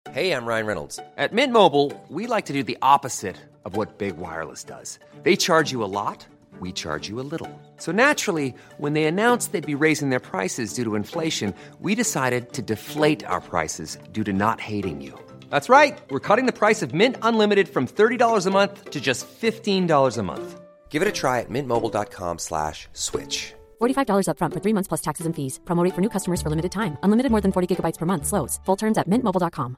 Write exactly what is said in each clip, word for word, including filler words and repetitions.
Hey, I'm Ryan Reynolds. At Mint Mobile, we like to do the opposite of what Big Wireless does. They charge you a lot, we charge you a little. So naturally, when they announced they'd be raising their prices due to inflation, we decided to deflate our prices due to not hating you. That's right. We're cutting the price of Mint Unlimited from thirty dollars a month to just fifteen dollars a month. Give it a try at mintmobile.com slash switch. forty-five dollars up front for three months plus taxes and fees. Promo rate for new customers for limited time. Unlimited more than forty gigabytes per month. Slows full terms at mint mobile dot com.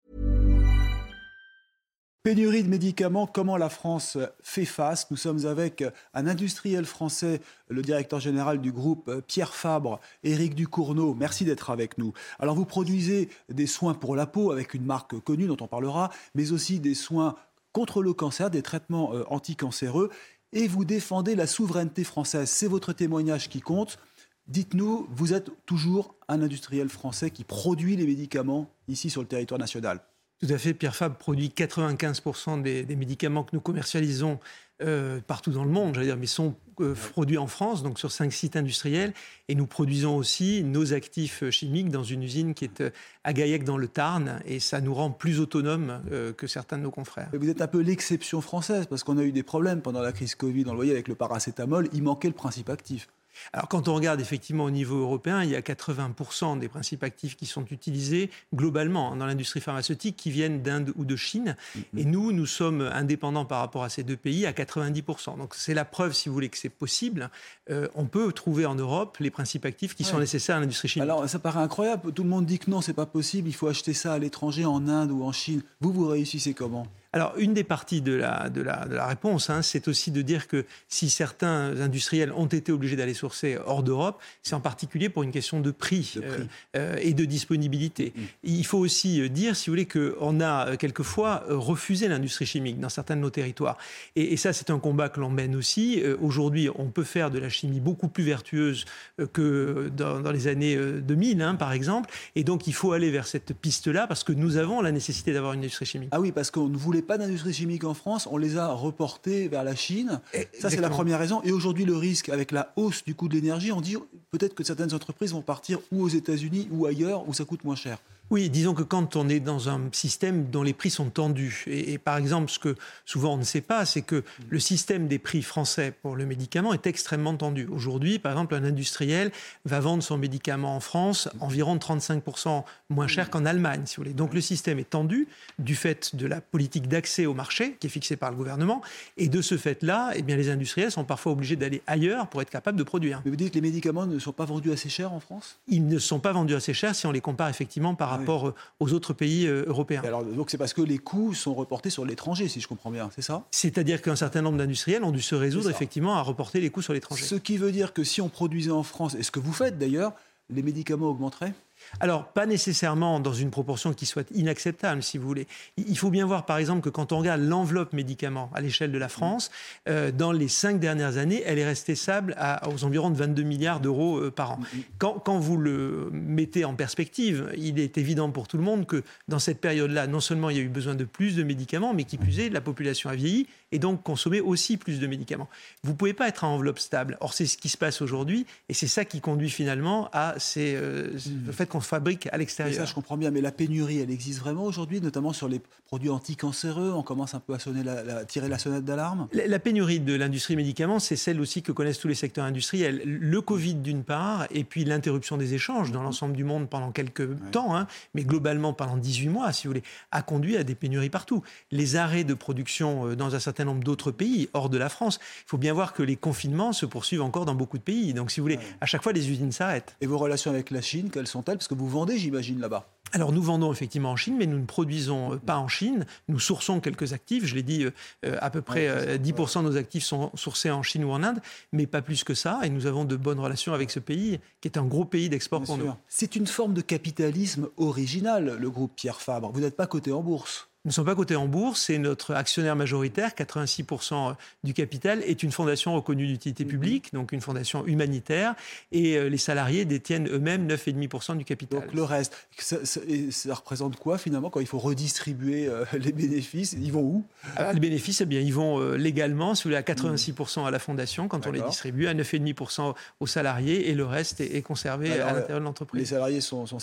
Pénurie de médicaments, comment la France fait face? Nous sommes avec un industriel français, le directeur général du groupe Pierre Fabre, Éric Ducournau. Merci d'être avec nous. Alors vous produisez des soins pour la peau avec une marque connue dont on parlera, mais aussi des soins contre le cancer, des traitements anticancéreux, et vous défendez la souveraineté française. C'est votre témoignage qui compte. Dites-nous, vous êtes toujours un industriel français qui produit les médicaments ici sur le territoire national? Tout à fait. Pierre Fabre produit quatre-vingt-quinze pour cent des, des médicaments que nous commercialisons euh, partout dans le monde, j'allais dire, mais sont euh, produits en France, donc sur cinq sites industriels. Et nous produisons aussi nos actifs chimiques dans une usine qui est euh, à Gaillac dans le Tarn. Et ça nous rend plus autonomes euh, que certains de nos confrères. Mais vous êtes un peu l'exception française, parce qu'on a eu des problèmes pendant la crise Covid. On le voyait avec le paracétamol, il manquait le principe actif. Alors quand on regarde effectivement au niveau européen, il y a quatre-vingts pour cent des principes actifs qui sont utilisés globalement dans l'industrie pharmaceutique qui viennent d'Inde ou de Chine. Mm-hmm. Et nous, nous sommes indépendants par rapport à ces deux pays à quatre-vingt-dix pour cent. Donc c'est la preuve, si vous voulez, que c'est possible. Euh, on peut trouver en Europe les principes actifs qui ouais. sont nécessaires à l'industrie chimique. Alors ça paraît incroyable. Tout le monde dit que non, c'est pas possible. Il faut acheter ça à l'étranger, en Inde ou en Chine. Vous, vous réussissez comment ? Alors, une des parties de la, de la, de la réponse, hein, c'est aussi de dire que si certains industriels ont été obligés d'aller sourcer hors d'Europe, c'est en particulier pour une question de prix, de prix. Euh, euh, et de disponibilité. Mmh. Il faut aussi dire, si vous voulez, qu'on a quelquefois refusé l'industrie chimique dans certains de nos territoires. Et, et ça, c'est un combat que l'on mène aussi. Euh, aujourd'hui, on peut faire de la chimie beaucoup plus vertueuse que dans, dans les années deux mille, hein, par exemple. Et donc, il faut aller vers cette piste-là parce que nous avons la nécessité d'avoir une industrie chimique. Ah oui, parce qu'on ne voulait pas d'industrie chimique en France, on les a reportés vers la Chine. Exactement. Ça, c'est la première raison. Et aujourd'hui, le risque, avec la hausse du coût de l'énergie, on dit peut-être que certaines entreprises vont partir ou aux États-Unis ou ailleurs où ça coûte moins cher. Oui, disons que quand on est dans un système dont les prix sont tendus, et, et par exemple, ce que souvent on ne sait pas, c'est que le système des prix français pour le médicament est extrêmement tendu. Aujourd'hui, par exemple, un industriel va vendre son médicament en France environ trente-cinq pour cent moins cher qu'en Allemagne, si vous voulez. Donc le système est tendu du fait de la politique d'accès au marché qui est fixée par le gouvernement, et de ce fait-là, eh bien, les industriels sont parfois obligés d'aller ailleurs pour être capables de produire. Mais vous dites que les médicaments ne sont pas vendus assez cher en France ? Ils ne sont pas vendus assez cher si on les compare effectivement par rapport oui. aux autres pays euh, européens. Et alors, donc c'est parce que les coûts sont reportés sur l'étranger, si je comprends bien, c'est ça ? C'est-à-dire qu'un certain nombre d'industriels ont dû se résoudre effectivement à reporter les coûts sur l'étranger. Ce qui veut dire que si on produisait en France, et ce que vous faites d'ailleurs, les médicaments augmenteraient ? Alors, pas nécessairement dans une proportion qui soit inacceptable, si vous voulez. Il faut bien voir, par exemple, que quand on regarde l'enveloppe médicaments à l'échelle de la France, mmh. euh, dans les cinq dernières années, elle est restée stable à, aux environs de vingt-deux milliards d'euros euh, par an. Mmh. Quand, quand vous le mettez en perspective, il est évident pour tout le monde que dans cette période-là, non seulement il y a eu besoin de plus de médicaments, mais qui plus est, la population a vieilli et donc consommé aussi plus de médicaments. Vous ne pouvez pas être à enveloppe stable. Or, c'est ce qui se passe aujourd'hui et c'est ça qui conduit finalement à ces, euh, mmh. le fait qu'on fabrique à l'extérieur. Mais ça, je comprends bien, mais la pénurie, elle existe vraiment aujourd'hui, notamment sur les produits anticancéreux. On commence un peu à sonner la, la, tirer la sonnette d'alarme. La, la pénurie de l'industrie médicaments, c'est celle aussi que connaissent tous les secteurs industriels. Le Covid, d'une part, et puis l'interruption des échanges dans l'ensemble du monde pendant quelques ouais. temps, hein, mais globalement pendant dix-huit mois, si vous voulez, a conduit à des pénuries partout. Les arrêts de production dans un certain nombre d'autres pays, hors de la France, il faut bien voir que les confinements se poursuivent encore dans beaucoup de pays. Donc, si vous voulez, ouais. à chaque fois, les usines s'arrêtent. Et vos relations avec la Chine, quelles sont-elles ? Parce que vous vendez, j'imagine, là-bas. Alors, nous vendons effectivement en Chine, mais nous ne produisons pas en Chine. Nous sourçons quelques actifs. Je l'ai dit, euh, à peu près euh, dix pour cent de nos actifs sont sourcés en Chine ou en Inde, mais pas plus que ça. Et nous avons de bonnes relations avec ce pays, qui est un gros pays d'export Bien pour sûr. nous. C'est une forme de capitalisme original, le groupe Pierre Fabre. Vous n'êtes pas coté en bourse. Nous ne sommes pas cotés en bourse, c'est notre actionnaire majoritaire, quatre-vingt-six pour cent du capital, est une fondation reconnue d'utilité publique, donc une fondation humanitaire, et les salariés détiennent eux-mêmes neuf virgule cinq pour cent du capital. Donc le reste, ça, ça, ça représente quoi finalement quand il faut redistribuer euh, les bénéfices ? Ils vont où ? Alors, les bénéfices, eh bien, ils vont euh, légalement, si vous voulez, à quatre-vingt-six pour cent à la fondation quand D'accord. on les distribue, à neuf virgule cinq pour cent aux salariés, et le reste est, est conservé Alors, à l'intérieur de l'entreprise. Les salariés sont, sont satisfaits ?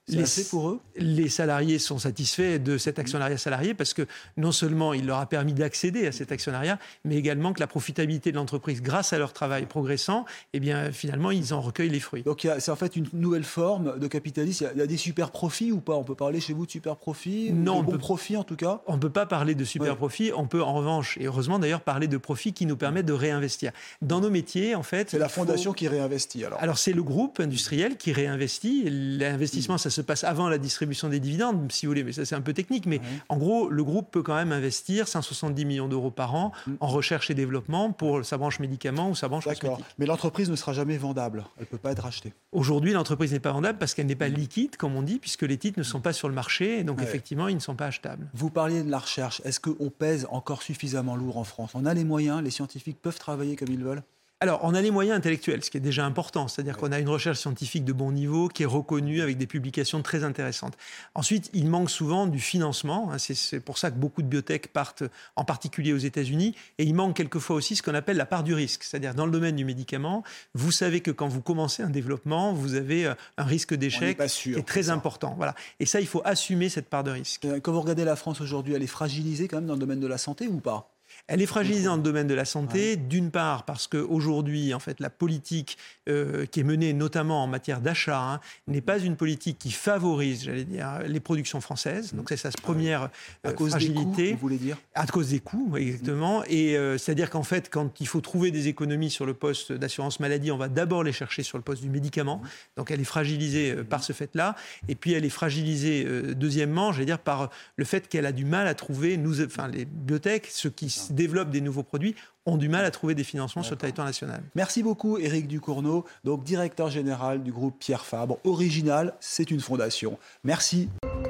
C'est les, assez pour eux ? Les salariés sont satisfaits de cet actionnariat salarié parce que non seulement il leur a permis d'accéder à cet actionnariat, mais également que la profitabilité de l'entreprise, grâce à leur travail progressant, eh bien, finalement, ils en recueillent les fruits. Donc c'est en fait une nouvelle forme de capitalisme. Il y a des super profits ou pas ? On peut parler chez vous de super profits ? Non, de bons peut, profits en tout cas ? On ne peut pas parler de super ouais. profits. On peut en revanche, et heureusement d'ailleurs, parler de profits qui nous permettent de réinvestir. Dans nos métiers, en fait... C'est la fondation faut... qui réinvestit alors ? Alors c'est le groupe industriel qui réinvestit. L'investissement, mmh. ça se passe avant la distribution des dividendes, si vous voulez, mais ça c'est un peu technique. Mais ouais. en gros, le groupe peut quand même investir cent soixante-dix millions d'euros par an mmh. en recherche et développement pour sa branche médicaments ou sa branche D'accord. cosmétique. Mais l'entreprise ne sera jamais vendable. Elle ne peut pas être rachetée. Aujourd'hui, l'entreprise n'est pas vendable parce qu'elle n'est pas liquide, comme on dit, puisque les titres ne sont pas sur le marché. Et donc, ouais. effectivement, ils ne sont pas achetables. Vous parliez de la recherche. Est-ce qu'on pèse encore suffisamment lourd en France ? On a les moyens, les scientifiques peuvent travailler comme ils veulent ? Alors, on a les moyens intellectuels, ce qui est déjà important. C'est-à-dire ouais. qu'on a une recherche scientifique de bon niveau qui est reconnue avec des publications très intéressantes. Ensuite, il manque souvent du financement. C'est pour ça que beaucoup de biotech partent, en particulier aux États-Unis. Et il manque quelquefois aussi ce qu'on appelle la part du risque. C'est-à-dire, dans le domaine du médicament, vous savez que quand vous commencez un développement, vous avez un risque d'échec qui est très important. Voilà. Et ça, il faut assumer cette part de risque. Quand vous regardez la France aujourd'hui, elle est fragilisée quand même dans le domaine de la santé ou pas ? Elle est fragilisée dans le domaine de la santé, ouais. d'une part parce qu'aujourd'hui, en fait, la politique euh, qui est menée notamment en matière d'achat hein, n'est pas une politique qui favorise, j'allais dire, les productions françaises. Donc c'est sa première euh, à cause fragilité. Des coûts, vous voulez dire ? À cause des coûts, exactement. Et euh, c'est-à-dire qu'en fait, quand il faut trouver des économies sur le poste d'assurance maladie, on va d'abord les chercher sur le poste du médicament. Donc elle est fragilisée euh, par ce fait-là. Et puis elle est fragilisée, euh, deuxièmement, j'allais dire, par le fait qu'elle a du mal à trouver, nous, enfin les biotech, ceux qui développent des nouveaux produits, ont du mal à trouver des financements D'accord. sur le territoire national. Merci beaucoup Éric Ducournau, donc directeur général du groupe Pierre Fabre. Original, c'est une fondation. Merci.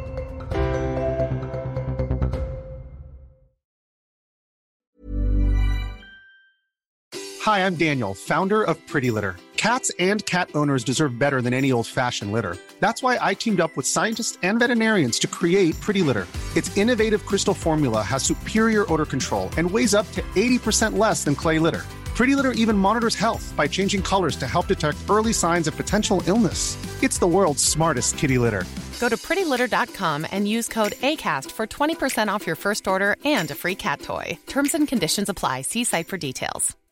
Hi, I'm Daniel, founder of Pretty Litter. Cats and cat owners deserve better than any old-fashioned litter. That's why I teamed up with scientists and veterinarians to create Pretty Litter. Its innovative crystal formula has superior odor control and weighs up to eighty percent less than clay litter. Pretty Litter even monitors health by changing colors to help detect early signs of potential illness. It's the world's smartest kitty litter. Go to pretty litter dot com and use code ACAST for twenty percent off your first order and a free cat toy. Terms and conditions apply. See site for details.